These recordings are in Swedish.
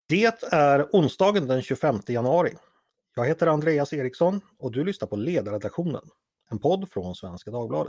Det är onsdagen den 25 januari. Jag heter Andreas Eriksson och du lyssnar på Ledarredaktionen, en podd från Svenska Dagbladet.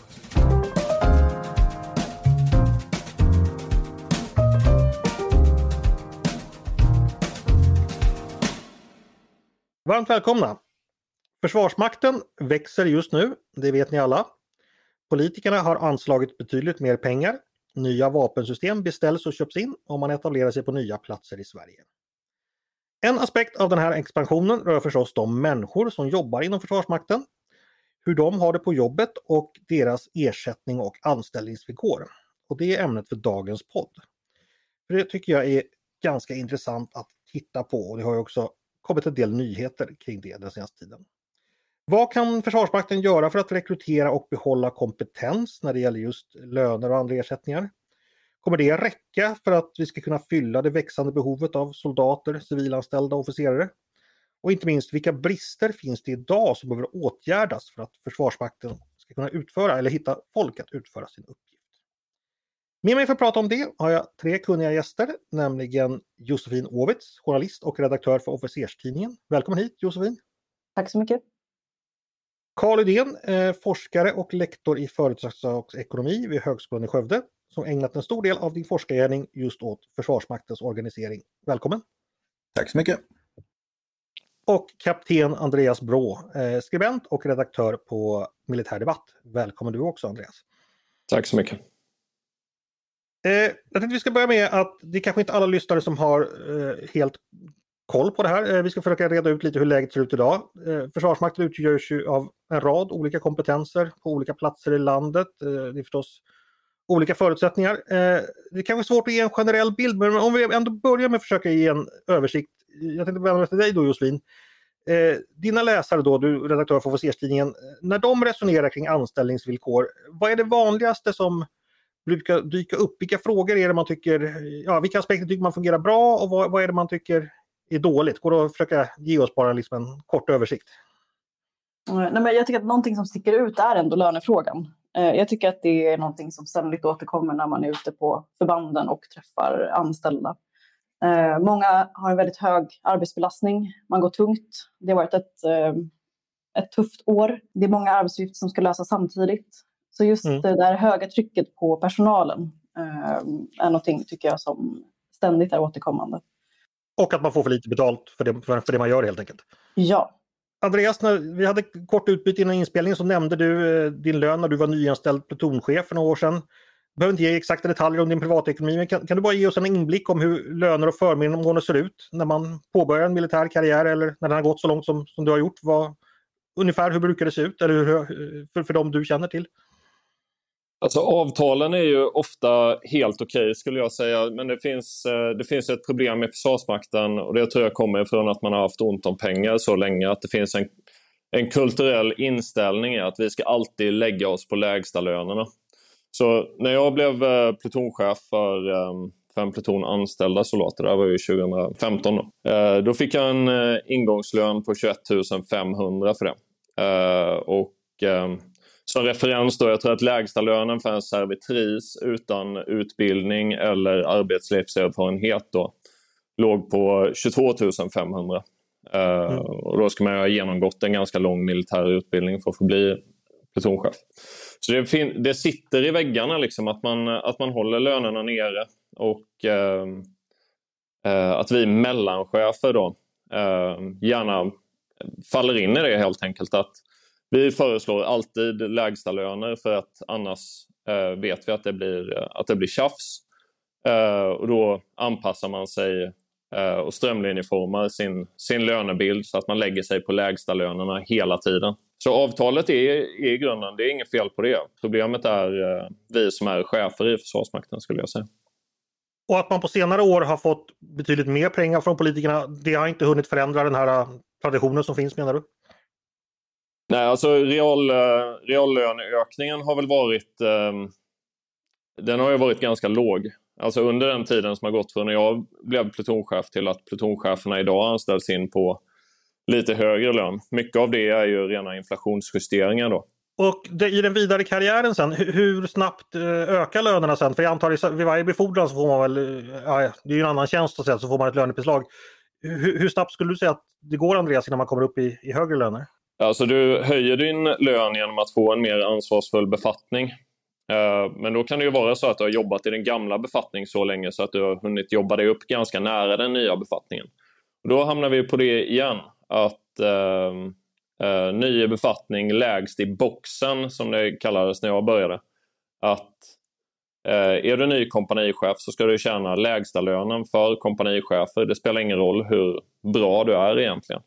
Varmt välkomna! Försvarsmakten växer just nu, det vet ni alla. Politikerna har anslagit betydligt mer pengar. Nya vapensystem beställs och köps in och man etablerar sig på nya platser i Sverige. En aspekt av den här expansionen rör förstås de människor som jobbar inom Försvarsmakten, hur de har det på jobbet och deras ersättning och anställningsvillkor. Och det är ämnet för dagens podd. För det tycker jag är ganska intressant att titta på och det har ju också kommit en del nyheter kring det den senaste tiden. Vad kan Försvarsmakten göra för att rekrytera och behålla kompetens när det gäller just löner och andra ersättningar? Kommer det räcka för att vi ska kunna fylla det växande behovet av soldater, civilanställda och officerare? Och inte minst, vilka brister finns det idag som behöver åtgärdas för att Försvarsmakten ska kunna utföra eller hitta folk att utföra sin uppgift? Med mig för att prata om det har jag tre kunniga gäster, nämligen Josefin Ovitz, journalist och redaktör för Officerstidningen. Välkommen hit Josefin! Tack så mycket! Carl Uddén, forskare och lektor i företagsekonomi vid Högskolan i Skövde, som ägnat en stor del av din forskargärning just åt Försvarsmaktens organisering. Välkommen! Tack så mycket! Och kapten Andreas Brå, skribent och redaktör på Militär Debatt. Välkommen du också Andreas! Tack så mycket! Jag tänkte vi ska börja med att det kanske inte alla lyssnare som har helt koll på det här. Vi ska försöka reda ut lite hur läget ser ut idag. Försvarsmakten utgörs ju av en rad olika kompetenser på olika platser i landet. Det är förstås olika förutsättningar. Det kan vara svårt att ge en generell bild, men om vi ändå börjar med att försöka ge en översikt. Jag tänkte börja med dig då Josefin. Dina läsare då, du är redaktör för Officerstidningen, när de resonerar kring anställningsvillkor, vad är det vanligaste som brukar dyka upp? Vilka frågor är det man tycker, vilka aspekter tycker man fungerar bra och vad är det man tycker är dåligt? Går det att försöka ge oss bara liksom en kort översikt? Nej, men jag tycker att någonting som sticker ut är ändå lönefrågan. Jag tycker att det är någonting som ständigt återkommer när man är ute på förbanden och träffar anställda. Många har en väldigt hög arbetsbelastning. Man går tungt. Det har varit ett tufft år. Det är många arbetsuppgifter som ska lösas samtidigt. Så just det där höga trycket på personalen är någonting tycker jag som ständigt är återkommande. Och att man får för lite betalt för det man gör helt enkelt. Ja. Andreas, när vi hade kort utbyte innan inspelningen så nämnde du din lön när du var nyanställd plutonchef för några år sedan. Du behöver inte ge exakta detaljer om din privatekonomi, men kan du bara ge oss en inblick om hur löner och förmåner ser ut när man påbörjar en militär karriär eller när den har gått så långt som du har gjort? Ungefär hur brukar det se ut eller för dem du känner till? Alltså avtalen är ju ofta helt okej skulle jag säga, men det finns ett problem med Försvarsmakten och det tror jag kommer ifrån att man har haft ont om pengar så länge, att det finns en kulturell inställning i att vi ska alltid lägga oss på lägsta lönerna. Så när jag blev plutonchef för en pluton anställda soldater, det var ju 2015 då fick jag en ingångslön på 21 500 för det. Som referens då, jag tror att lägsta lönen för en servitris utan utbildning eller arbetslivserfarenhet då låg på 22 500. Och då ska man ha genomgått en ganska lång militär utbildning för att få bli plutonchef. Så det sitter i väggarna liksom att man håller lönerna nere och att vi mellanchefer då gärna faller in i det helt enkelt, att vi föreslår alltid lägsta löner för att annars vet vi att det blir tjafs. Och då anpassar man sig och strömlinjeformar sin lönebild så att man lägger sig på lägsta lönerna hela tiden. Så avtalet är i grunden, det är inget fel på det. Problemet är vi som är chefer i Försvarsmakten skulle jag säga. Och att man på senare år har fått betydligt mer pengar från politikerna, det har inte hunnit förändra den här traditionen som finns, menar du? Nej, alltså reallöneökningen har väl varit ganska låg. Alltså under den tiden som har gått från när jag blev plutonchef till att plutoncheferna idag anställs in på lite högre lön. Mycket av det är ju rena inflationsjusteringar då. Och i den vidare karriären sen, hur snabbt ökar lönerna sen? För jag antar vid varje befordran så får man väl, det är ju en annan tjänst och så får man ett lönepåslag. Hur snabbt skulle du säga att det går, Andreas, innan man kommer upp i högre löner? Alltså du höjer din lön genom att få en mer ansvarsfull befattning. Men då kan det ju vara så att du har jobbat i den gamla befattningen så länge så att du har hunnit jobba dig upp ganska nära den nya befattningen. Då hamnar vi på det igen, att ny befattning lägst i boxen, som det kallades när jag började. Att är du ny kompanichef så ska du tjäna lägsta lönen för kompanichefer. Det spelar ingen roll hur bra du är egentligen.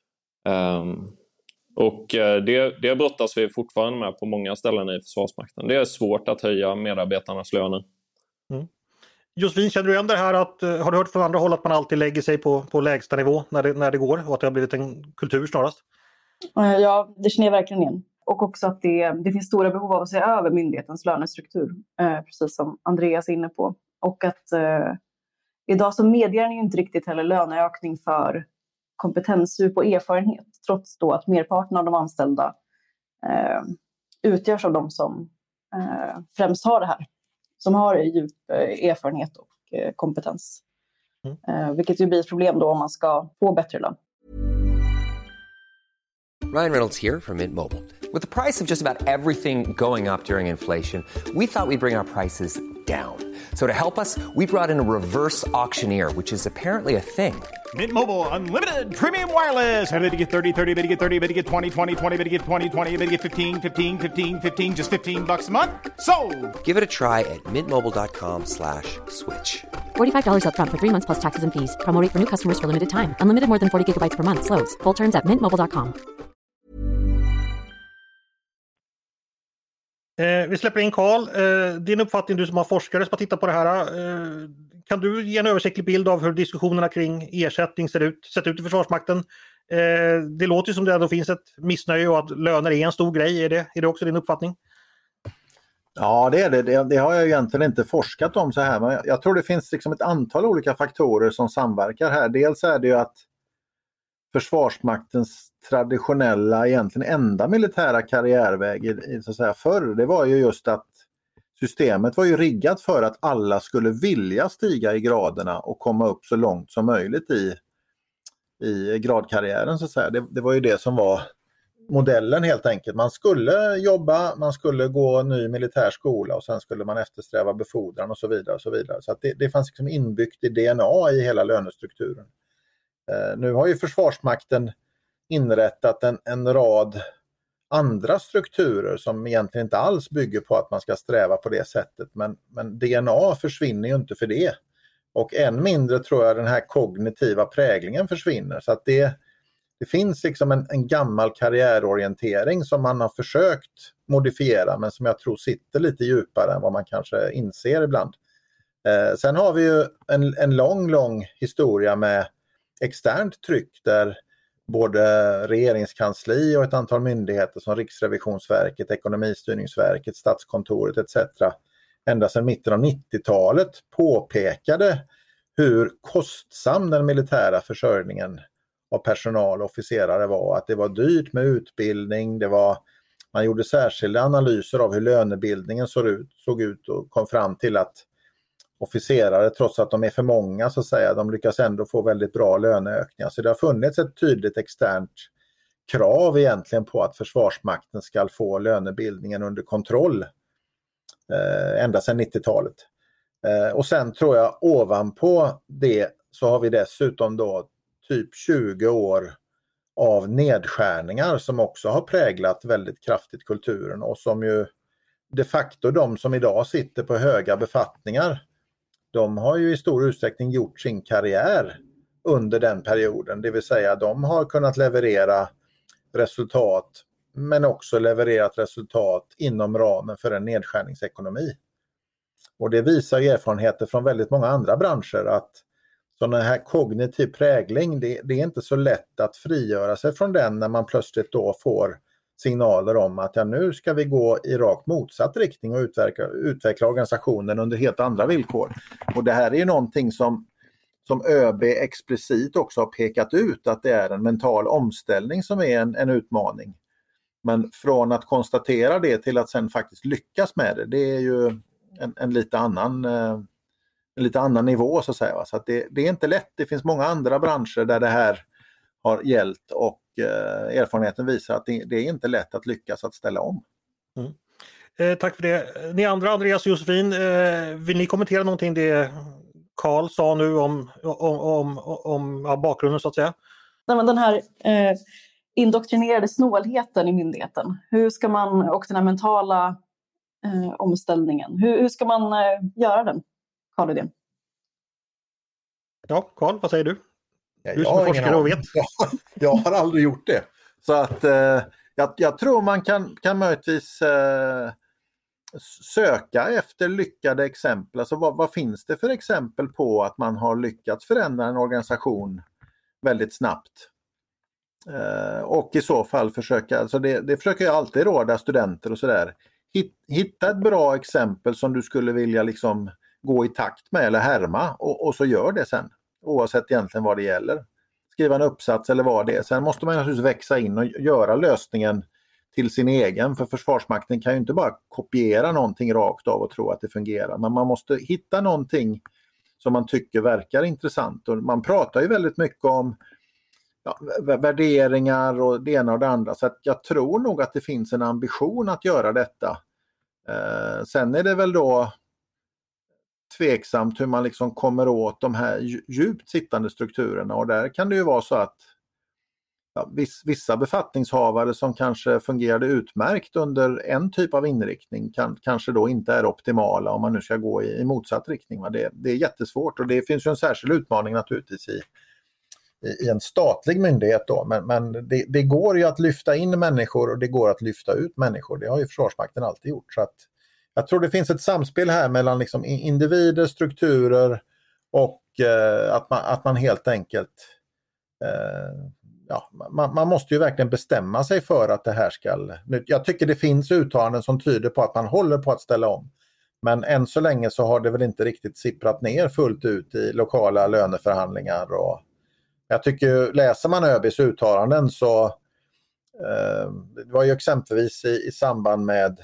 Och det brottas vi fortfarande med på många ställen i Försvarsmakten. Det är svårt att höja medarbetarnas löner. Josefin, känner du igen det här har du hört från andra håll att man alltid lägger sig på lägsta nivå när det går och att det har blivit en kultur snarast? Ja, det känner jag verkligen igen. Och också att det finns stora behov av att se över myndighetens lönestruktur, precis som Andreas är inne på. Och att idag så medger den ju inte riktigt heller löneökning för kompetensdjup och erfarenhet, trots då att merparten av de anställda utgörs av de som främst har det här, som har djup erfarenhet och kompetens. Vilket ju blir ett problem då om man ska få bättre lön. Ryan Reynolds here from Mint Mobile. With the price of just about everything going up during inflation, we thought we'd bring our prices down. So to help us, we brought in a reverse auctioneer, which is apparently a thing. Mint Mobile Unlimited Premium Wireless. How to get 30, 30, bit to get 30, bit to get 20, 20, 20, bit to get 20, 20, bit to get 15, 15, 15, 15, just $15 a month? Sold! Give it a try at mintmobile.com/switch. $45 up front for 3 months plus taxes and fees. Promo rate for new customers for limited time. Unlimited more than 40 gigabytes per month. Slows full terms at mintmobile.com. Vi släpper in Carl. Din uppfattning, du som har forskare som har tittat på det här. Kan du ge en översiktlig bild av hur diskussionerna kring ersättning sett ut i Försvarsmakten? Det låter ju som det ändå finns ett missnöje och att löner är en stor grej. Är det också din uppfattning? Ja, det är det. Det har jag egentligen inte forskat om så här. Men jag tror det finns liksom ett antal olika faktorer som samverkar här. Dels är det ju att Försvarsmaktens traditionella, egentligen enda militära karriärväg så att säga, förr, det var ju just att systemet var ju riggat för att alla skulle vilja stiga i graderna och komma upp så långt som möjligt i gradkarriären så att säga. Det var ju det som var modellen helt enkelt. Man skulle jobba, man skulle gå ny militär skola och sen skulle man eftersträva befordran och så vidare och så vidare. Så att det fanns liksom inbyggt i DNA i hela lönestrukturen. Nu har ju Försvarsmakten inrättat en rad andra strukturer som egentligen inte alls bygger på att man ska sträva på det sättet. Men DNA försvinner ju inte för det. Och än mindre tror jag den här kognitiva präglingen försvinner. Så att det finns liksom en gammal karriärorientering som man har försökt modifiera men som jag tror sitter lite djupare än vad man kanske inser ibland. Sen har vi ju en lång historia med externt tryck där både regeringskansli och ett antal myndigheter som Riksrevisionsverket, Ekonomistyrningsverket, Statskontoret etc. ända sedan mitten av 90-talet påpekade hur kostsam den militära försörjningen av personal och officerare var. Att det var dyrt med utbildning, man gjorde särskilda analyser av hur lönebildningen såg ut och kom fram till att officerare, trots att de är för många så att säga, de lyckas ändå få väldigt bra löneökningar. Så det har funnits ett tydligt externt krav egentligen på att Försvarsmakten ska få lönebildningen under kontroll ända sedan 90-talet. Och sen tror jag ovanpå det så har vi dessutom då typ 20 år av nedskärningar som också har präglat väldigt kraftigt kulturen och som ju de facto de som idag sitter på höga befattningar, de har ju i stor utsträckning gjort sin karriär under den perioden. Det vill säga de har kunnat leverera resultat men också levererat resultat inom ramen för en nedskärningsekonomi. Och det visar ju erfarenheter från väldigt många andra branscher att sån här kognitiv prägling, det är inte så lätt att frigöra sig från den när man plötsligt då får signaler om att nu ska vi gå i rakt motsatt riktning och utveckla organisationen under helt andra villkor. Och det här är ju någonting som ÖB explicit också har pekat ut att det är en mental omställning som är en utmaning. Men från att konstatera det till att sen faktiskt lyckas med det, det är ju en lite annan nivå så att säga. Så att det är inte lätt. Det finns många andra branscher där det här har gällt och erfarenheten visar att det är inte lätt att lyckas att ställa om. Tack för det. Ni andra, Andreas och Josefin, vill ni kommentera någonting det Carl sa nu om bakgrunden så att säga? Nej, men den här indoktrinerade snålheten i myndigheten, hur ska man, och den här mentala omställningen, hur ska man göra den, Carl Lidén? Ja, Carl, vad säger du? Du som är forskare och vet. Jag har aldrig gjort det. Så att jag tror man kan möjligtvis söka efter lyckade exempel. Alltså vad finns det för exempel på att man har lyckats förändra en organisation väldigt snabbt? Och i så fall försöka, alltså det försöker jag alltid råda studenter och sådär. Hitta ett bra exempel som du skulle vilja liksom gå i takt med eller härma och så gör det sen. Oavsett egentligen vad det gäller. Skriva en uppsats eller vad det är. Sen måste man naturligtvis växa in och göra lösningen till sin egen. För Försvarsmakten kan ju inte bara kopiera någonting rakt av och tro att det fungerar. Men man måste hitta någonting som man tycker verkar intressant. Och man pratar ju väldigt mycket om värderingar och det ena och det andra. Så att jag tror nog att det finns en ambition att göra detta. Sen är det väl då tveksamt hur man liksom kommer åt de här djupt sittande strukturerna, och där kan det ju vara så att vissa befattningshavare som kanske fungerade utmärkt under en typ av inriktning kanske då inte är optimala om man nu ska gå i motsatt riktning. Det är jättesvårt, och det finns ju en särskild utmaning naturligtvis i en statlig myndighet då, men det går ju att lyfta in människor och det går att lyfta ut människor. Det har ju Försvarsmakten alltid gjort, så att jag tror det finns ett samspel här mellan liksom individer, strukturer och att man helt enkelt man måste ju verkligen bestämma sig för att det här ska. Jag tycker det finns uttalanden som tyder på att man håller på att ställa om. Men än så länge så har det väl inte riktigt sipprat ner fullt ut i lokala löneförhandlingar. Och jag tycker, läser man ÖB:s uttalanden så det var ju exempelvis i samband med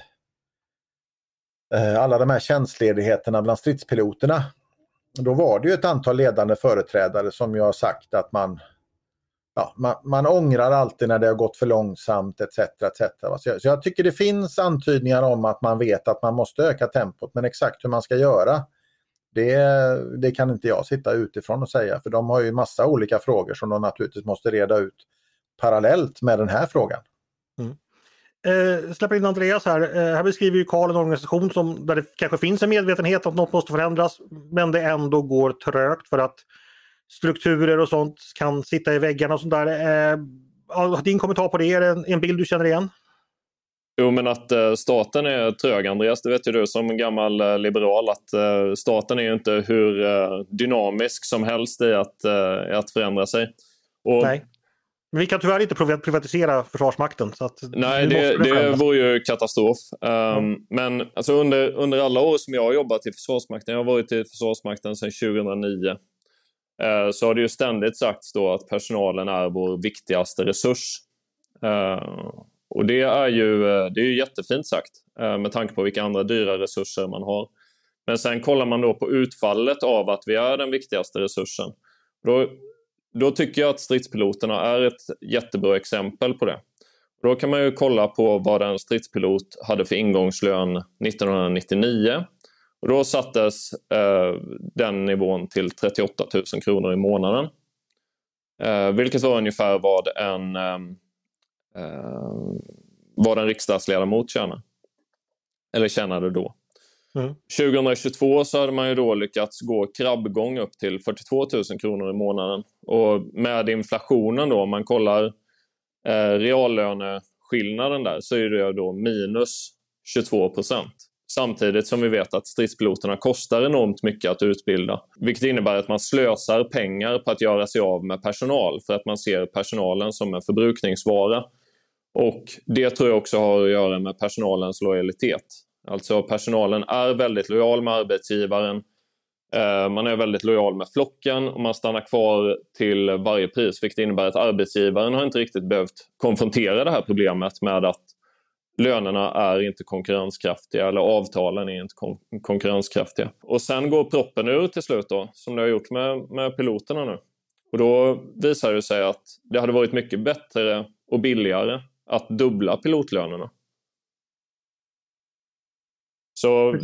alla de här tjänstledigheterna bland stridspiloterna. Då var det ju ett antal ledande företrädare som ju har sagt att man ångrar alltid när det har gått för långsamt etc. Så jag tycker det finns antydningar om att man vet att man måste öka tempot, men exakt hur man ska göra det kan inte jag sitta utifrån och säga, för de har ju massa olika frågor som de naturligtvis måste reda ut parallellt med den här frågan. Släpper in Andreas här. Här beskriver ju Carl en organisation där det kanske finns en medvetenhet att något måste förändras, men det ändå går trögt för att strukturer och sånt kan sitta i väggarna och sånt där. Din kommentar på det, är det en bild du känner igen? Jo, men att staten är trög, Andreas, det vet ju du som gammal liberal, att staten är ju inte hur dynamisk som helst i att förändra sig. Nej. Men vi kan tyvärr inte privatisera Försvarsmakten. Så att nej, det vore ju katastrof. Men alltså under alla år som jag har jobbat i Försvarsmakten, jag har varit i Försvarsmakten sedan 2009, så har det ju ständigt sagts då att personalen är vår viktigaste resurs. Och det är ju jättefint sagt med tanke på vilka andra dyra resurser man har. Men sen kollar man då på utfallet av att vi är den viktigaste resursen. Då tycker jag att stridspiloterna är ett jättebra exempel på det. Då kan man ju kolla på vad en stridspilot hade för ingångslön 1999. Och då sattes den nivån till 38 000 kronor i månaden. Vilket var ungefär vad en riksdagsledamot tjänade då. 2022 så hade man ju då lyckats gå krabbgång upp till 42 000 kronor i månaden. Och med inflationen då, om man kollar reallöneskillnaden där, så är det då minus 22%. Samtidigt som vi vet att stridspiloterna kostar enormt mycket att utbilda. Vilket innebär att man slösar pengar på att göra sig av med personal, för att man ser personalen som en förbrukningsvara. Och det tror jag också har att göra med personalens lojalitet. Alltså personalen är väldigt lojal med arbetsgivaren. Man är väldigt lojal med flocken och man stannar kvar till varje pris, vilket innebär att arbetsgivaren har inte riktigt behövt konfrontera det här problemet med att lönerna är inte konkurrenskraftiga eller avtalen är inte konkurrenskraftiga. Och sen går proppen ur till slut då, som det har gjort med piloterna nu. Och då visar det sig att det hade varit mycket bättre och billigare att dubbla pilotlönerna. Så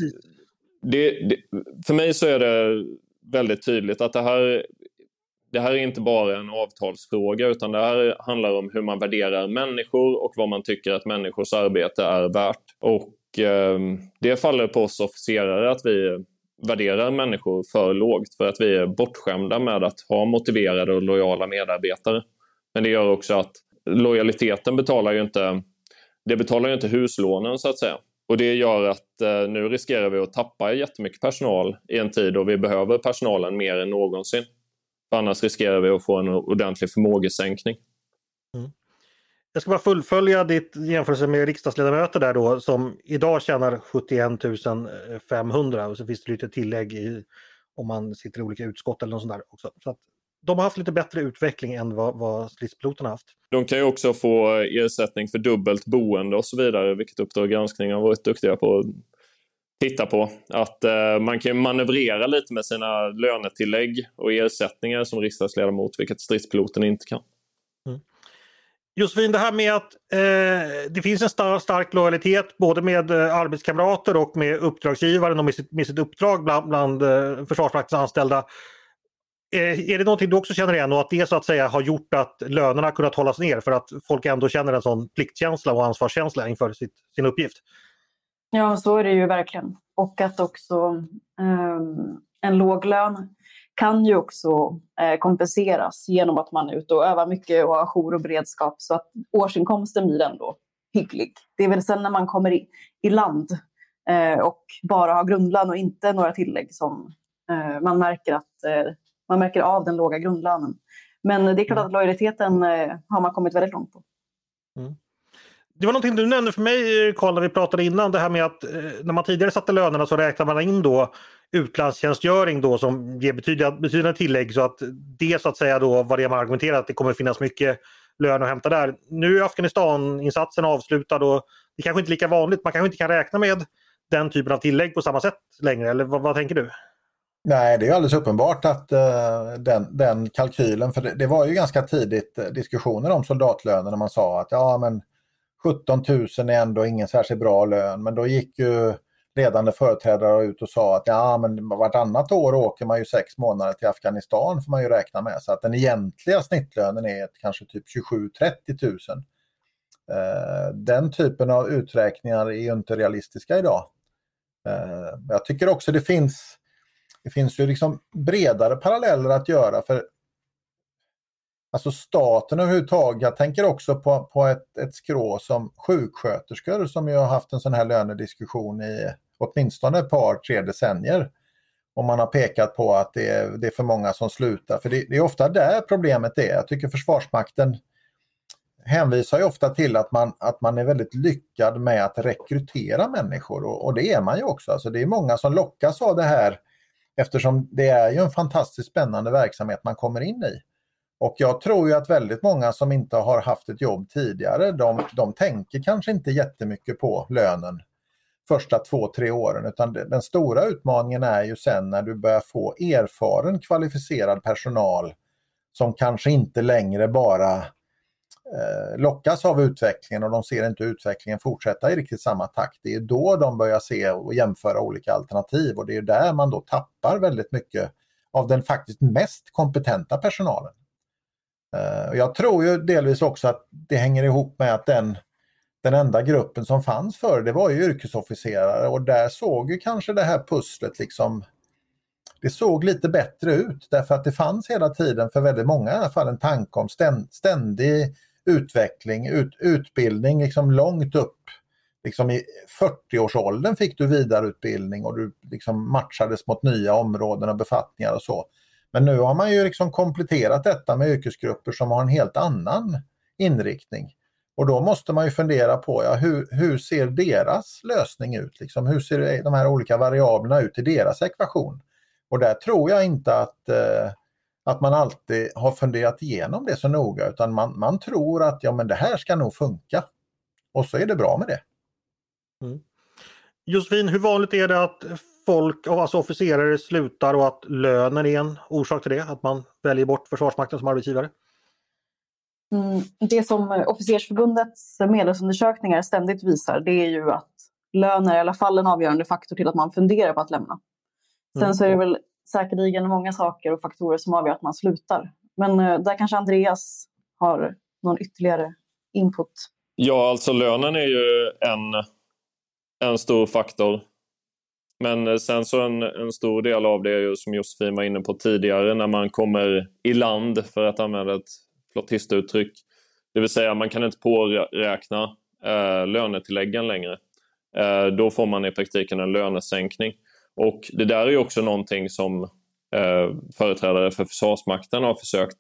för mig så är det väldigt tydligt att det här är inte bara en avtalsfråga, utan det här handlar om hur man värderar människor och vad man tycker att människors arbete är värt. Och det faller på oss officerare att vi värderar människor för lågt för att vi är bortskämda med att ha motiverade och lojala medarbetare. Men det gör också att lojaliteten betalar ju inte huslånen så att säga. Och det gör att nu riskerar vi att tappa jättemycket personal i en tid då vi behöver personalen mer än någonsin. För annars riskerar vi att få en ordentlig förmågesänkning. Mm. Jag ska bara fullfölja ditt jämförelse med riksdagsledamöter där då, som idag tjänar 71 500 och så finns det lite tillägg om man sitter i olika utskott eller något sånt där också. Så att de har haft lite bättre utveckling än vad stridspiloterna har haft. De kan ju också få ersättning för dubbelt boende och så vidare, vilket Uppdrag granskning har varit duktiga på att titta på. Att man kan manövrera lite med sina lönetillägg och ersättningar som riksdagsledamot, vilket stridspiloten inte kan. Mm. Josefin, det här med att det finns en stark lojalitet både med arbetskamrater och med uppdragsgivaren och med sitt uppdrag bland Försvarsmaktens anställda. Är det någonting du också känner igen och att det så att säga har gjort att lönerna kunnat hållas ner för att folk ändå känner en sån pliktkänsla och ansvarskänsla inför sin uppgift? Ja, så är det ju verkligen. Och att också en låg lön kan ju också kompenseras genom att man är ute och övar mycket och har jour och beredskap så att årsinkomsten blir ändå hygglig. Det är väl sen när man kommer i land och bara har grundlön och inte några tillägg som man märker av den låga grundlönen. Men det är klart att lojaliteten har man kommit väldigt långt på. Mm. Det var någonting du nämnde för mig, Carl, när vi pratade innan, det här med att när man tidigare satte lönerna så räknade man in då utlandstjänstgöring då som ger betydande tillägg, så att det så att säga då var det man argumenterade att det kommer finnas mycket lön att hämta där. Nu är Afghanistan-insatsen avslutad och det är kanske inte lika vanligt, man kanske inte kan räkna med den typen av tillägg på samma sätt längre, eller vad tänker du? Nej, det är alldeles uppenbart att den kalkylen, för det var ju ganska tidigt diskussioner om soldatlöner när man sa att ja men 17 000 är ändå ingen särskilt bra lön, men då gick ju ledande företrädare ut och sa att ja men vartannat år åker man ju 6 månader till Afghanistan får man ju räkna med, så att den egentliga snittlönen är kanske typ 27-30 000. Den typen av uträkningar är ju inte realistiska idag. Jag tycker också det finns ju liksom bredare paralleller att göra, för alltså staten överhuvudtaget. Jag tänker också på ett skrå som sjuksköterskor som ju har haft en sån här lönediskussion i åtminstone ett par, 3 decennier. Och man har pekat på att det är för många som slutar. För det är ofta där problemet är. Jag tycker Försvarsmakten hänvisar ju ofta till att man är väldigt lyckad med att rekrytera människor. Och det är man ju också. Alltså det är många som lockas av det här eftersom det är ju en fantastiskt spännande verksamhet man kommer in i. Och jag tror ju att väldigt många som inte har haft ett jobb tidigare, de tänker kanske inte jättemycket på lönen första 2-3 åren, utan den stora utmaningen är ju sen när du börjar få erfaren kvalificerad personal som kanske inte längre bara lockas av utvecklingen och de ser inte utvecklingen fortsätta i riktigt samma takt. Det är då de börjar se och jämföra olika alternativ, och det är där man då tappar väldigt mycket av den faktiskt mest kompetenta personalen. Jag tror ju delvis också att det hänger ihop med att den enda gruppen som fanns förr, det var ju yrkesofficerare, och där såg ju kanske det här pusslet liksom, det såg lite bättre ut därför att det fanns hela tiden för väldigt många i alla fall en tanke om ständig utveckling, utbildning liksom långt upp. Liksom i 40-årsåldern fick du vidareutbildning och du liksom matchades mot nya områden och befattningar och så. Men nu har man ju liksom kompletterat detta med yrkesgrupper som har en helt annan inriktning. Och då måste man ju fundera på hur ser deras lösning ut? Liksom, hur ser de här olika variablerna ut i deras ekvation? Och där tror jag inte att man alltid har funderat igenom det så noga, utan man tror att ja, men det här ska nog funka. Och så är det bra med det. Josefin, hur vanligt är det att folk, alltså officerare, slutar och att lönen är en orsak till det? Att man väljer bort Försvarsmakten som arbetsgivare? Det som Officersförbundets medlemsundersökningar ständigt visar, det är ju att lön är i alla fall en avgörande faktor till att man funderar på att lämna. Sen så är det väl säkerligen många saker och faktorer som avgör att man slutar. Men där kanske Andreas har någon ytterligare input. Ja, alltså lönen är ju en stor faktor. Men sen så en stor del av det är ju, som Josefin var inne på tidigare, när man kommer i land, för att använda ett flottistuttryck. Det vill säga man kan inte påräkna lönetilläggen längre. Då får man i praktiken en lönesänkning. Och det där är ju också någonting som företrädare för Försvarsmakten har försökt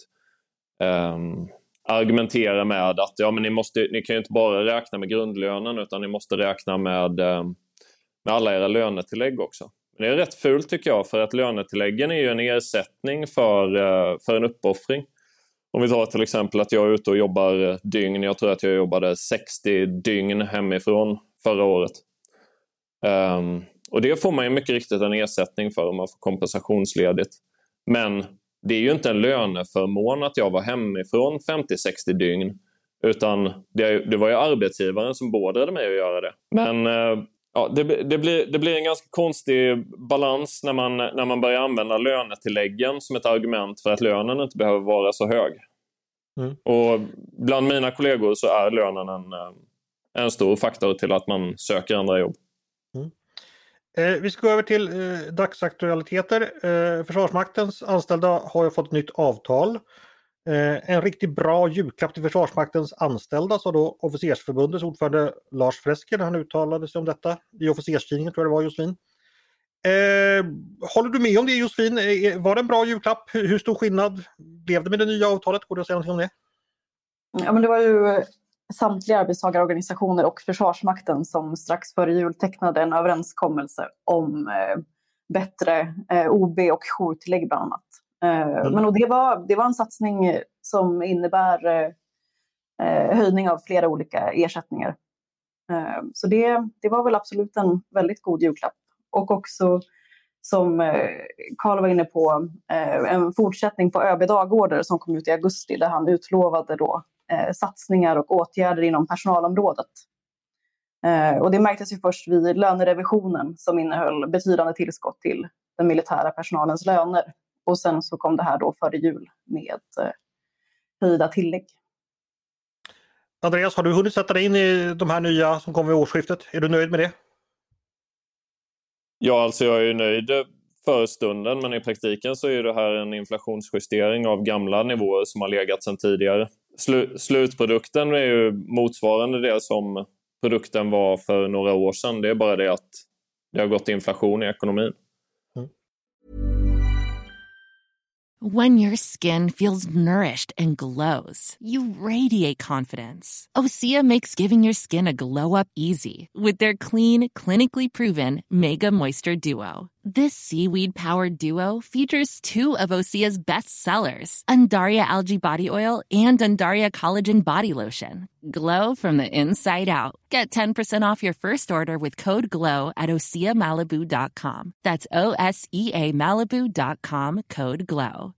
argumentera med, att ja, men ni kan ju inte bara räkna med grundlönen, utan ni måste räkna med alla era lönetillägg också. Men det är rätt fult tycker jag, för att lönetilläggen är ju en ersättning för en uppoffring. Om vi tar till exempel att jag är ute och jobbar dygn. Jag tror att jag jobbade 60 dygn hemifrån förra året. Och det får man ju mycket riktigt en ersättning för om man får kompensationsledigt. Men det är ju inte en löneförmån att jag var hemifrån 50-60 dygn. Utan det var ju arbetsgivaren som beordrade mig att göra det. Men ja, det blir en ganska konstig balans när man börjar använda lönetilläggen som ett argument för att lönen inte behöver vara så hög. Och bland mina kollegor så är lönen en stor faktor till att man söker andra jobb. Vi ska gå över till dagsaktualiteter. Försvarsmaktens anställda har ju fått ett nytt avtal. En riktigt bra julklapp till Försvarsmaktens anställda, så då Officersförbundets ordförande Lars Fresker, när han uttalade sig om detta i Officerstidningen, tror jag det var, Josefin. Håller du med om det, Josefin? Var det en bra julklapp? Hur stor skillnad blev det med det nya avtalet? Går det att säga någonting om det? Ja, men det var ju samtliga arbetstagarorganisationer och Försvarsmakten som strax före jul tecknade en överenskommelse om bättre OB och jourtillägg bland annat. Men det var en satsning som innebär höjning av flera olika ersättningar. Så det var väl absolut en väldigt god julklapp. Och också, som Carl var inne på, en fortsättning på ÖB dagorder som kom ut i augusti, där han utlovade då satsningar och åtgärder inom personalområdet. Och det märktes ju först vid lönerevisionen, som innehöll betydande tillskott till den militära personalens löner. Och sen så kom det här då före jul med höjda tillägg. Andreas, har du hunnit sätta dig in i de här nya som kommer vid årsskiftet? Är du nöjd med det? Ja, alltså jag är ju nöjd för stunden, men i praktiken så är det här en inflationsjustering av gamla nivåer som har legat sedan tidigare. Slutprodukten är ju motsvarande det som produkten var för några år sedan. Det är bara det att det har gått inflation i ekonomin. When your skin feels nourished and glows, you radiate confidence. Osea makes giving your skin a glow-up easy with their clean, clinically proven Mega Moisture Duo. This seaweed-powered duo features two of Osea's best sellers, Undaria Algae Body Oil and Undaria Collagen Body Lotion. Glow from the inside out. Get 10% off your first order with code GLOW at OseaMalibu.com. That's OSEAMalibu.com, code GLOW.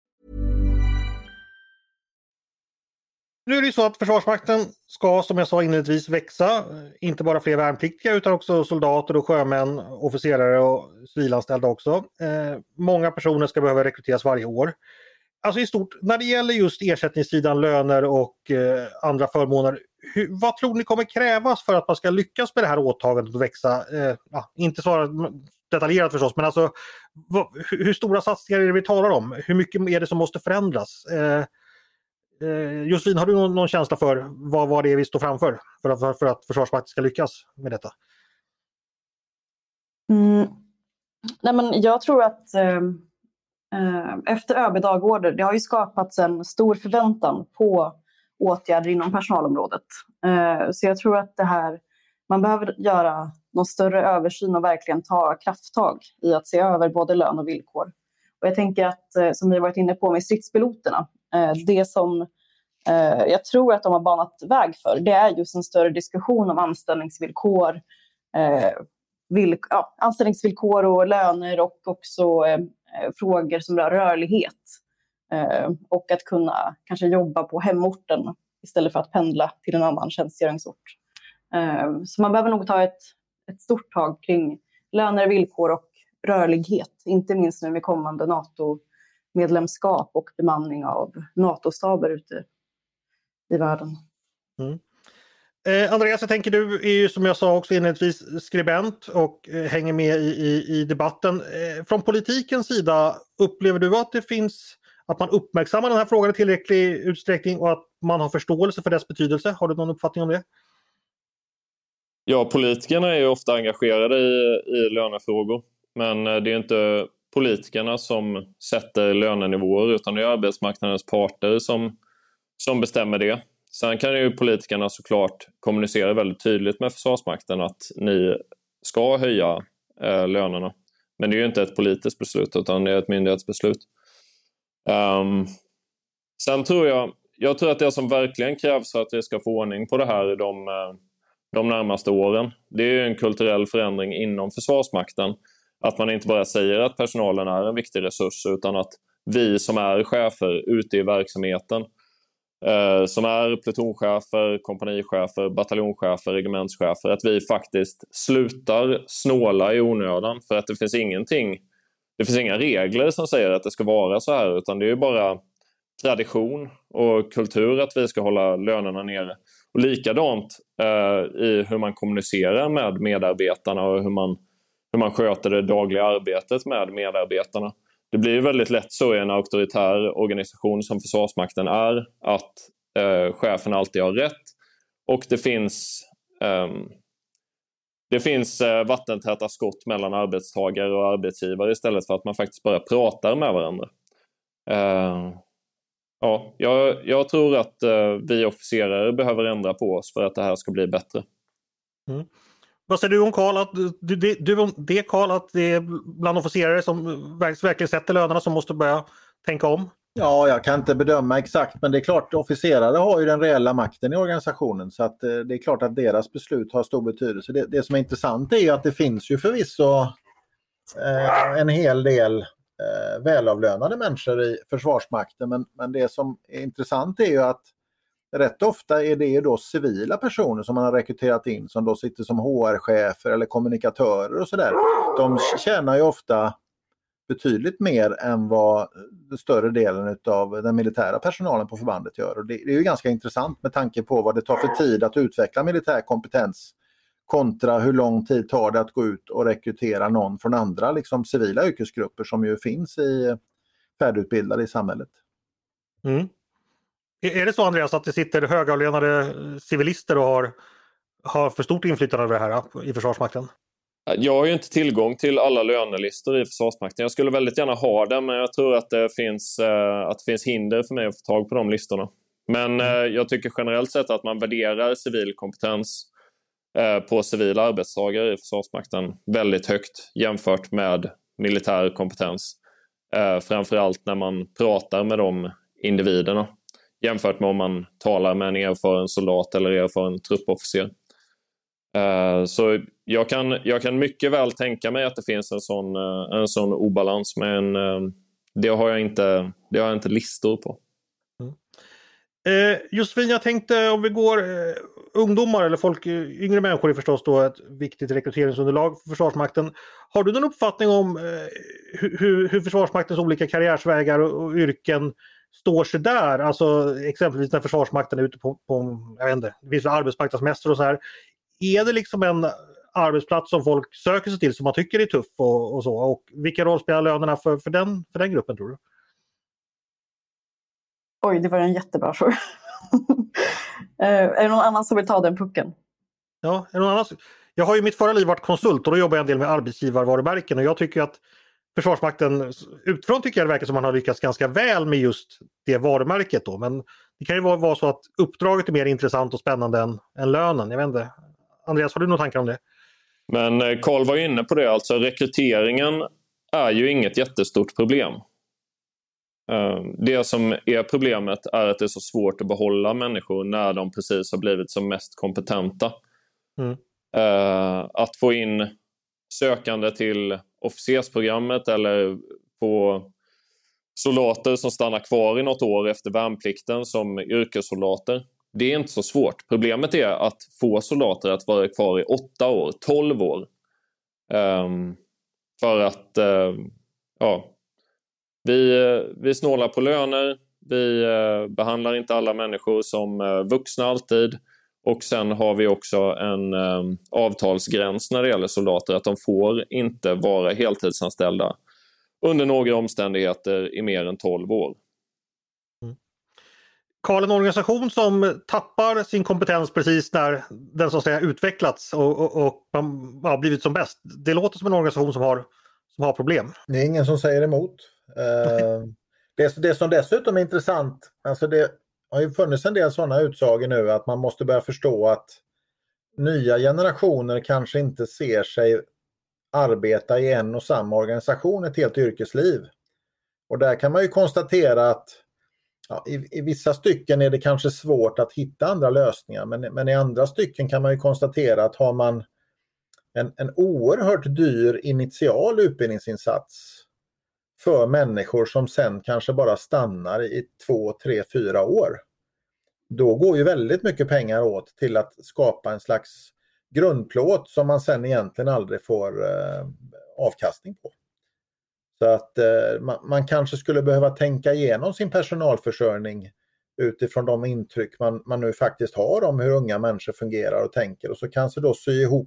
Nu är det ju så att Försvarsmakten ska, som jag sa inledningsvis, växa. Inte bara fler värnpliktiga utan också soldater och sjömän, officerare och civilanställda också. Många personer ska behöva rekryteras varje år. Alltså i stort, när det gäller just ersättningssidan, löner och andra förmåner, vad tror ni kommer krävas för att man ska lyckas med det här åtagandet och växa? Inte svara detaljerat förstås, men alltså hur stora satsningar är det vi talar om? Hur mycket är det som måste förändras? Josefin, har du någon känsla för vad det är vi står framför för att Försvarsmakten ska lyckas med detta? Nej, men jag tror att efter ÖB dagorder, det har ju skapats en stor förväntan på åtgärder inom personalområdet. Så jag tror att man behöver göra någon större översyn och verkligen ta krafttag i att se över både lön och villkor. Och jag tänker att, som vi varit inne på med stridspiloterna, det som jag tror att de har banat väg för, det är just en större diskussion om anställningsvillkor, anställningsvillkor och löner, och också frågor som rör rörlighet. Och att kunna kanske jobba på hemorten istället för att pendla till en annan tjänstgöringsort. Så man behöver nog ta ett stort tag kring löner, villkor och rörlighet. Inte minst nu med kommande NATO-medlemskap och bemanning av NATO-staber ute i världen. Andreas, jag tänker, du är ju som jag sa också inledningsvis skribent och hänger med i debatten. Från politikens sida, upplever du att man uppmärksammar den här frågan i tillräcklig utsträckning och att man har förståelse för dess betydelse? Har du någon uppfattning om det? Ja, politikerna är ju ofta engagerade i lönefrågor. Men det är inte politikerna som sätter lönenivåer, utan det är arbetsmarknadens parter som bestämmer det. Sen kan ju politikerna såklart kommunicera väldigt tydligt med Försvarsmakten att ni ska höja lönerna. Men det är ju inte ett politiskt beslut, utan det är ett myndighetsbeslut. Sen tror jag tror att det som verkligen krävs för att vi ska få ordning på det här de närmaste åren, det är en kulturell förändring inom Försvarsmakten. Att man inte bara säger att personalen är en viktig resurs, utan att vi som är chefer ute i verksamheten, som är plutonchefer, kompanichefer, bataljonschefer, regementschefer, att vi faktiskt slutar snåla i onödan. För att det finns inga regler som säger att det ska vara så här, utan det är ju bara tradition och kultur att vi ska hålla lönerna nere. Och likadant i hur man kommunicerar med medarbetarna och hur man sköter det dagliga arbetet med medarbetarna. Det blir väldigt lätt så i en auktoritär organisation som Försvarsmakten är, att chefen alltid har rätt, och det finns vattentäta skott mellan arbetstagare och arbetsgivare istället för att man faktiskt bara pratar med varandra. Jag tror att vi officerare behöver ändra på oss för att det här ska bli bättre. Vad säger du om Carl, att det är bland officerare som verkligen sätter lönerna som måste börja tänka om? Ja, jag kan inte bedöma exakt, men det är klart, officerare har ju den reella makten i organisationen, så att det är klart att deras beslut har stor betydelse. Det som är intressant är ju att det finns ju förvisso en hel del välavlönade människor i Försvarsmakten, men det som är intressant är ju att rätt ofta är det ju då civila personer som man har rekryterat in, som då sitter som HR-chefer eller kommunikatörer och sådär. De tjänar ju ofta betydligt mer än vad den större delen av den militära personalen på förbandet gör. Och det är ju ganska intressant med tanke på vad det tar för tid att utveckla militär kompetens kontra hur lång tid tar det att gå ut och rekrytera någon från andra liksom civila yrkesgrupper som ju finns färdigutbildade i samhället. Är det så, Andreas, att det sitter högavlönade civilister och har för stort inflytande över det här i Försvarsmakten? Jag har ju inte tillgång till alla lönelistor i Försvarsmakten. Jag skulle väldigt gärna ha det, men jag tror att det finns hinder för mig att få tag på de listorna. Men jag tycker generellt sett att man värderar civil kompetens på civila arbetstagare i Försvarsmakten väldigt högt jämfört med militär kompetens. Framförallt när man pratar med de individerna, jämfört med om man talar med en erfaren soldat eller erfaren truppofficer. Så jag kan mycket väl tänka mig att det finns en sån obalans, men det har jag inte listor på. Josefin, jag tänkte om vi går ungdomar eller folk, yngre människor är förstås då ett viktigt rekryteringsunderlag för Försvarsmakten. Har du någon uppfattning om hur Försvarsmaktens olika karriärsvägar och yrken står sig där? Alltså exempelvis när Försvarsmakten är ute på jag vet inte, vissa arbetsmarknadsmässor och så här. Är det liksom en arbetsplats som folk söker sig till som man tycker är tuff och så? Och vilka roll spelar lönerna för den gruppen, tror du? Oj, det var en jättebra fråga. Är det någon annan som vill ta den pucken? Ja, är det någon annan? Jag har ju i mitt förra liv varit konsult och då jobbar jag en del med arbetsgivarvarumärken, och jag tycker att Försvarsmakten utifrån tycker jag det verkar som man har lyckats ganska väl med just det varumärket då. Men det kan ju vara så att uppdraget är mer intressant och spännande än lönen. Jag vet inte. Andreas, har du några tankar om det? Men Carl var inne på det, alltså rekryteringen är ju inget jättestort problem. Det som är problemet är att det är så svårt att behålla människor när de precis har blivit som mest kompetenta. Att få in sökande till officersprogrammet eller få soldater som stannar kvar i något år efter värnplikten som yrkessoldater. Det är inte så svårt. Problemet är att få soldater att vara kvar i 8 år, 12 år. För att vi snålar på löner. Vi behandlar inte alla människor som vuxna alltid. Och sen har vi också en avtalsgräns när det gäller soldater. Att de får inte vara heltidsanställda under några omständigheter i mer än 12 år. Carl, en organisation som tappar sin kompetens precis när den så att säga utvecklats och blivit som bäst. Det låter som en organisation som har problem. Det är ingen som säger emot. Det som dessutom är intressant, alltså det har ju funnits en del sådana utsagor nu att man måste börja förstå att nya generationer kanske inte ser sig arbeta i en och samma organisation ett helt yrkesliv. Och där kan man ju konstatera att i vissa stycken är det kanske svårt att hitta andra lösningar, men i andra stycken kan man ju konstatera att har man en oerhört dyr initial utbildningsinsats för människor som sen kanske bara stannar i 2, 3, 4 år, då går ju väldigt mycket pengar åt till att skapa en slags grundplåt som man sen egentligen aldrig får avkastning på. Så att man kanske skulle behöva tänka igenom sin personalförsörjning utifrån de intryck man nu faktiskt har om hur unga människor fungerar och tänker, och så kanske då sy ihop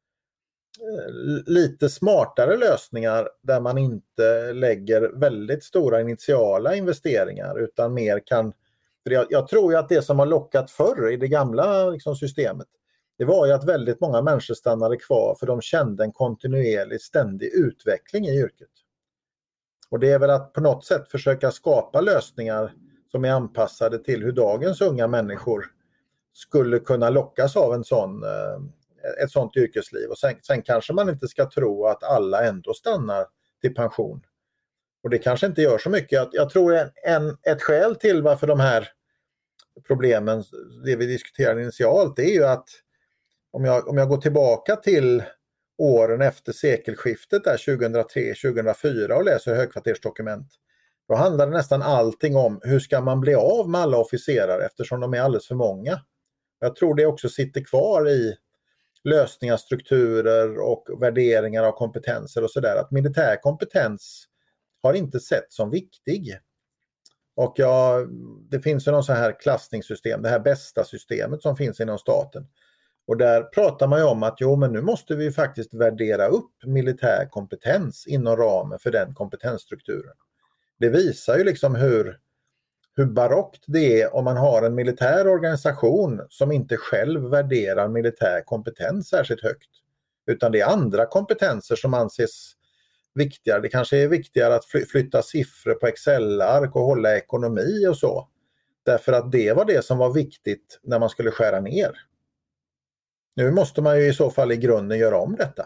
lite smartare lösningar där man inte lägger väldigt stora initiala investeringar utan mer kan, för jag tror ju att det som har lockat förr i det gamla liksom systemet, det var ju att väldigt många människor stannade kvar för de kände en kontinuerlig ständig utveckling i yrket. Och det är väl att på något sätt försöka skapa lösningar som är anpassade till hur dagens unga människor skulle kunna lockas av ett sånt yrkesliv. Och sen kanske man inte ska tro att alla ändå stannar till pension. Och det kanske inte gör så mycket. Jag tror ett skäl till varför de här problemen, det vi diskuterade initialt, det är ju att om jag går tillbaka till åren efter sekelskiftet där 2003-2004 och läser högkvartersdokument, då handlar det nästan allting om hur ska man bli av med alla officerare eftersom de är alldeles för många. Jag tror det också sitter kvar i lösningar, strukturer och värderingar av kompetenser och sådär, att militär kompetens har inte sett som viktig. Och det finns ju någon så här klassningssystem, det här bästa systemet som finns inom staten. Och där pratar man ju om att men nu måste vi faktiskt värdera upp militär kompetens inom ramen för den kompetensstrukturen. Det visar ju liksom hur barockt det är om man har en militär organisation som inte själv värderar militär kompetens särskilt högt. Utan det är andra kompetenser som anses viktigare. Det kanske är viktigare att flytta siffror på Excel-ark och hålla ekonomi och så. Därför att det var det som var viktigt när man skulle skära ner. Nu måste man ju i så fall i grunden göra om detta.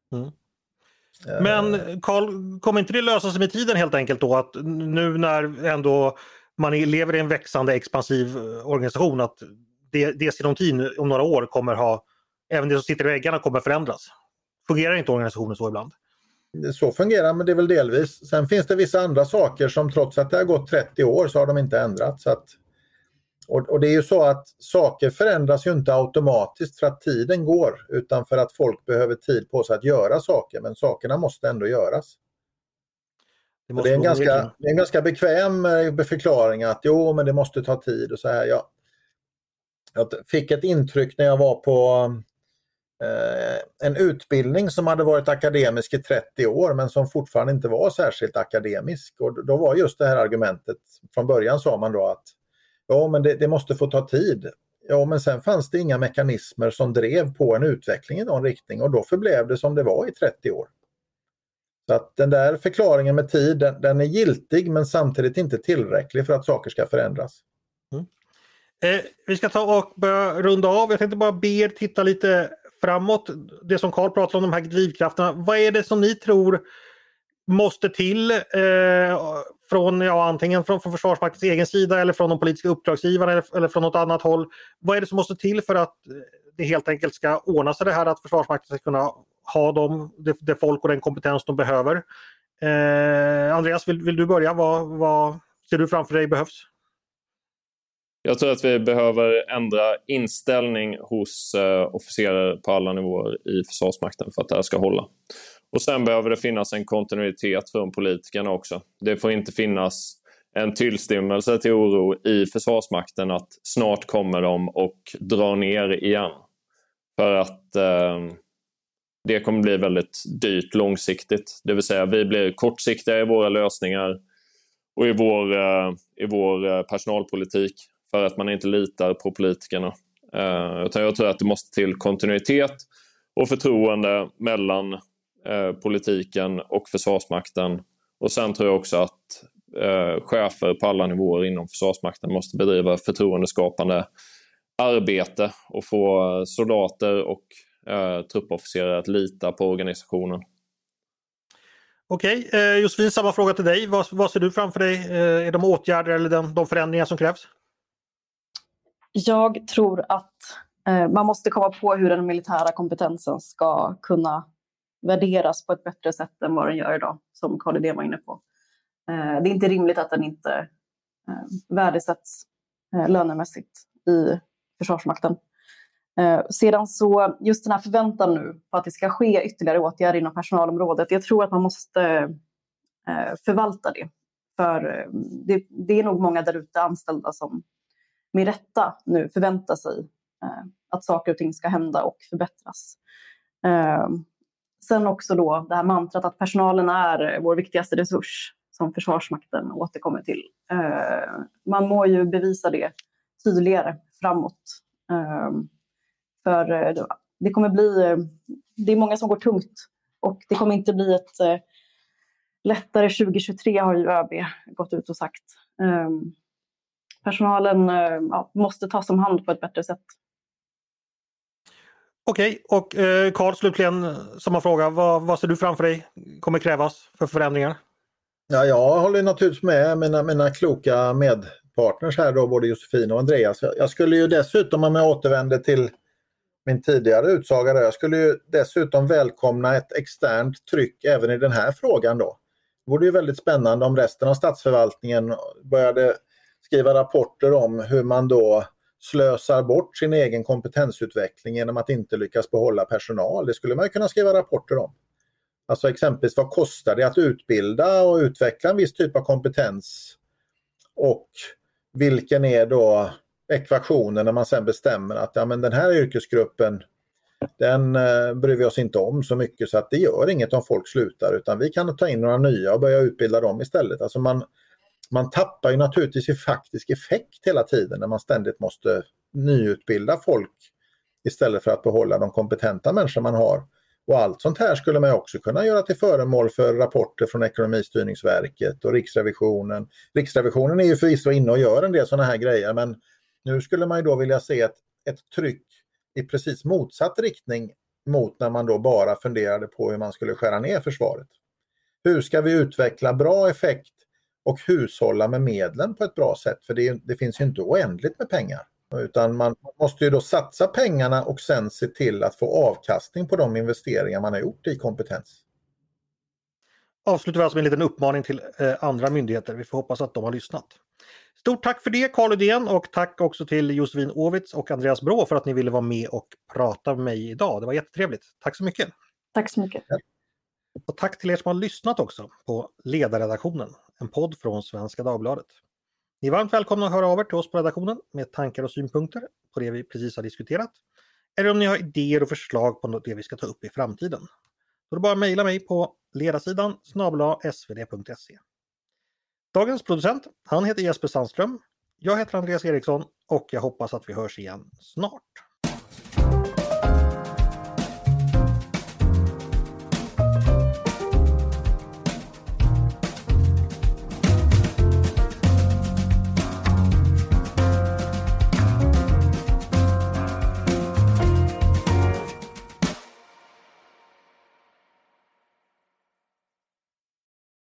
Men Carl, kommer inte det lösa sig med tiden helt enkelt då, att nu när ändå man lever i en växande expansiv organisation, att det sinom om några år kommer även det som sitter i väggarna kommer förändras? Fungerar inte organisationen så ibland? Så fungerar, men det är väl delvis. Sen finns det vissa andra saker som trots att det har gått 30 år så har de inte ändrats. Och det är ju så att saker förändras ju inte automatiskt för att tiden går, utan för att folk behöver tid på sig att göra saker, men sakerna måste ändå göras. Det är en ganska bekväm förklaring att men det måste ta tid och så här. Jag fick ett intryck när jag var på en utbildning som hade varit akademisk i 30 år men som fortfarande inte var särskilt akademisk, och då var just det här argumentet, från början sa man då att men det måste få ta tid. Men sen fanns det inga mekanismer som drev på en utveckling i någon riktning, och då förblev det som det var i 30 år. Så att den där förklaringen med tid, den är giltig men samtidigt inte tillräcklig för att saker ska förändras. Vi ska ta och börja runda av. Jag tänkte bara be er titta lite framåt. Det som Carl pratar om, de här drivkrafterna. Vad är det som ni tror måste till från antingen från Försvarsmaktens egen sida eller från de politiska uppdragsgivarna eller från något annat håll? Vad är det som måste till för att det helt enkelt ska ordna sig det här, att Försvarsmakten ska kunna ha det folk och den kompetens de behöver? Andreas, vill du börja? Vad ser du framför dig behövs? Jag tror att vi behöver ändra inställning hos officerare på alla nivåer i Försvarsmakten för att det här ska hålla. Och sen behöver det finnas en kontinuitet från politikerna också. Det får inte finnas en tillstymmelse till oro i Försvarsmakten att snart kommer de och drar ner igen. För att det kommer bli väldigt dyrt långsiktigt. Det vill säga vi blir kortsiktiga i våra lösningar och i vår personalpolitik för att man inte litar på politikerna. Utan jag tror att det måste till kontinuitet och förtroende mellan politiken och Försvarsmakten. Och sen tror jag också att chefer på alla nivåer inom Försvarsmakten måste bedriva förtroendeskapande arbete och få soldater och truppofficerare att lita på organisationen. Okej, Josefin, samma fråga till dig. Vad ser du framför dig? Är de åtgärder eller de förändringar som krävs? Jag tror att man måste komma på hur den militära kompetensen ska kunna värderas på ett bättre sätt än vad den gör idag, som Carl Edén var inne på. Det är inte rimligt att den inte värdesätts lönemässigt i Försvarsmakten. Sedan så, just den här förväntan nu på att det ska ske ytterligare åtgärder inom personalområdet, jag tror att man måste förvalta det. För det är nog många där ute anställda som med rätta nu förväntar sig att saker och ting ska hända och förbättras. Sen också då det här mantrat att personalen är vår viktigaste resurs som Försvarsmakten återkommer till. Man må ju bevisa det tydligare framåt. För det kommer bli, det är många som går tungt och det kommer inte bli ett lättare 2023, har ju ÖB gått ut och sagt. Personalen måste tas om hand på ett bättre sätt. Okej, och Carl, slutligen samma fråga. Vad ser du framför dig kommer krävas för förändringar? Ja, jag håller naturligtvis med mina kloka medpartners här då, både Josefin och Andreas. Jag skulle ju dessutom, om jag återvänder till min tidigare utsaga där, jag skulle ju dessutom välkomna ett externt tryck även i den här frågan då. Det vore ju väldigt spännande om resten av statsförvaltningen började skriva rapporter om hur man då slösar bort sin egen kompetensutveckling genom att inte lyckas behålla personal. Det skulle man ju kunna skriva rapporter om. Alltså exempelvis, vad kostar det att utbilda och utveckla en viss typ av kompetens? Och vilken är då ekvationen när man sen bestämmer att men den här yrkesgruppen, den bryr vi oss inte om så mycket så att det gör inget om folk slutar, utan vi kan ta in några nya och börja utbilda dem istället. Alltså man tappar ju naturligtvis i faktisk effekt hela tiden när man ständigt måste nyutbilda folk istället för att behålla de kompetenta människor man har. Och allt sånt här skulle man också kunna göra till föremål för rapporter från Ekonomistyrningsverket och Riksrevisionen. Riksrevisionen är ju förvisso inne och gör en del sådana här grejer, men nu skulle man ju då vilja se ett tryck i precis motsatt riktning mot när man då bara funderade på hur man skulle skära ner försvaret. Hur ska vi utveckla bra effekt och hushålla med medlen på ett bra sätt? För det finns ju inte oändligt med pengar. Utan man måste ju då satsa pengarna och sen se till att få avkastning på de investeringar man har gjort i kompetens. Avslutar vi alltså med en liten uppmaning till andra myndigheter. Vi får hoppas att de har lyssnat. Stort tack för det, Carl Edén, och tack också till Josefin Ovitz och Andreas Brå för att ni ville vara med och prata med mig idag. Det var jättetrevligt. Tack så mycket. Tack så mycket. Och tack till er som har lyssnat också på Ledarredaktionen, en podd från Svenska Dagbladet. Ni är varmt välkomna att höra av er till oss på redaktionen med tankar och synpunkter på det vi precis har diskuterat. Eller om ni har idéer och förslag på det vi ska ta upp i framtiden. Då är det bara att mejla mig på ledarsidan @svd.se. Dagens producent, han heter Jesper Sandström. Jag heter Andreas Eriksson och jag hoppas att vi hörs igen snart.